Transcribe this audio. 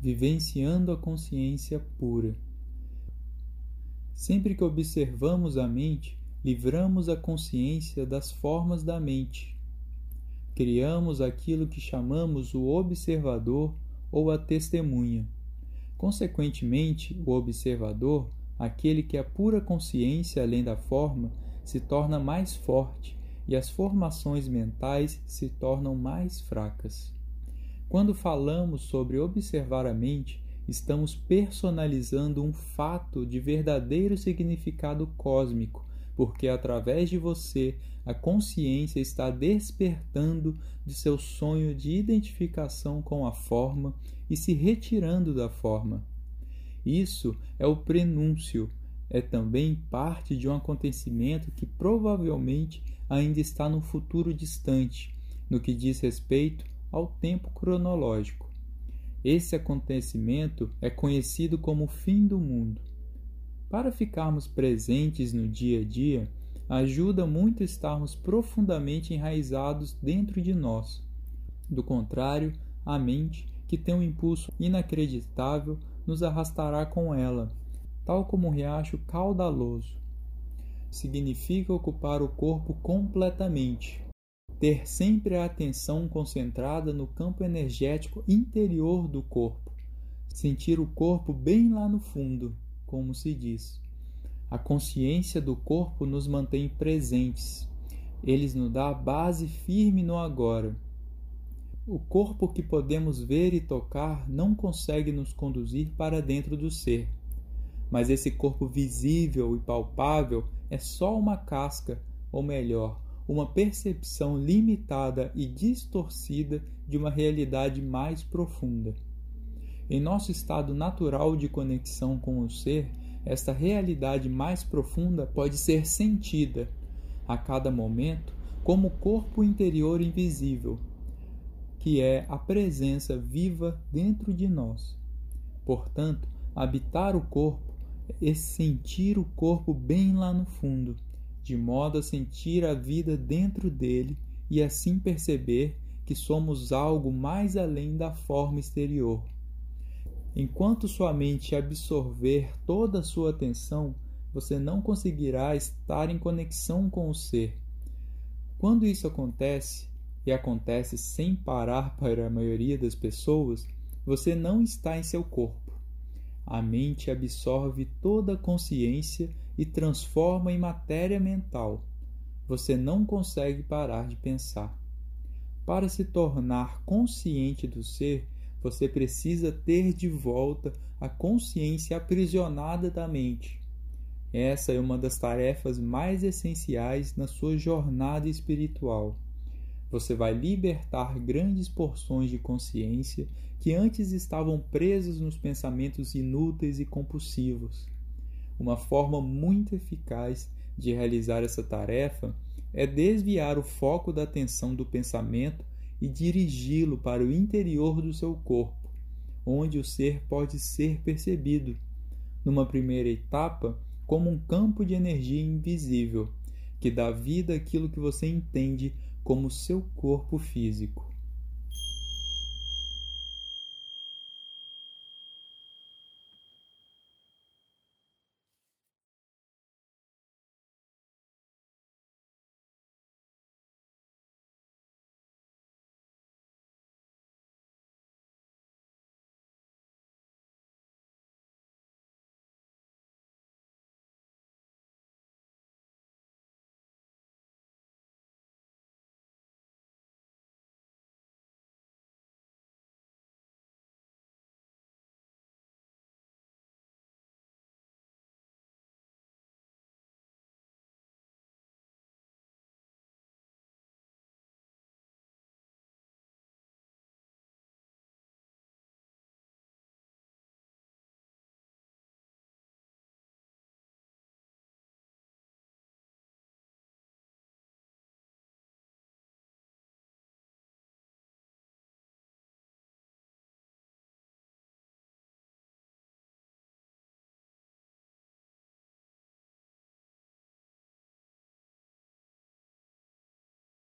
vivenciando a consciência pura. Sempre que observamos a mente, livramos a consciência das formas da mente. Criamos aquilo que chamamos o observador ou a testemunha. Consequentemente, o observador, aquele que é pura consciência além da forma, se torna mais forte e as formações mentais se tornam mais fracas. Quando falamos sobre observar a mente, estamos personalizando um fato de verdadeiro significado cósmico, porque através de você, a consciência está despertando de seu sonho de identificação com a forma e se retirando da forma. Isso é o prenúncio, é também parte de um acontecimento que provavelmente ainda está no futuro distante, no que diz respeito ao tempo cronológico. Esse acontecimento é conhecido como o fim do mundo. Para ficarmos presentes no dia a dia, ajuda muito estarmos profundamente enraizados dentro de nós. Do contrário, a mente, que tem um impulso inacreditável, nos arrastará com ela, tal como um riacho caudaloso. Significa ocupar o corpo completamente, ter sempre a atenção concentrada no campo energético interior do corpo, sentir o corpo bem lá no fundo, como se diz. A consciência do corpo nos mantém presentes. Eles nos dá a base firme no agora. O corpo que podemos ver e tocar não consegue nos conduzir para dentro do ser. Mas esse corpo visível e palpável é só uma casca, ou melhor, uma percepção limitada e distorcida de uma realidade mais profunda. Em nosso estado natural de conexão com o ser, esta realidade mais profunda pode ser sentida, a cada momento, como o corpo interior invisível, que é a presença viva dentro de nós. Portanto, habitar o corpo é sentir o corpo bem lá no fundo, de modo a sentir a vida dentro dele e assim perceber que somos algo mais além da forma exterior. Enquanto sua mente absorver toda a sua atenção, você não conseguirá estar em conexão com o ser. Quando isso acontece, e acontece sem parar para a maioria das pessoas, você não está em seu corpo. A mente absorve toda a consciência e transforma em matéria mental. Você não consegue parar de pensar. Para se tornar consciente do ser, você precisa ter de volta a consciência aprisionada da mente. Essa é uma das tarefas mais essenciais na sua jornada espiritual. Você vai libertar grandes porções de consciência que antes estavam presas nos pensamentos inúteis e compulsivos. Uma forma muito eficaz de realizar essa tarefa é desviar o foco da atenção do pensamento e dirigi-lo para o interior do seu corpo, onde o ser pode ser percebido, numa primeira etapa, como um campo de energia invisível, que dá vida àquilo que você entende como seu corpo físico.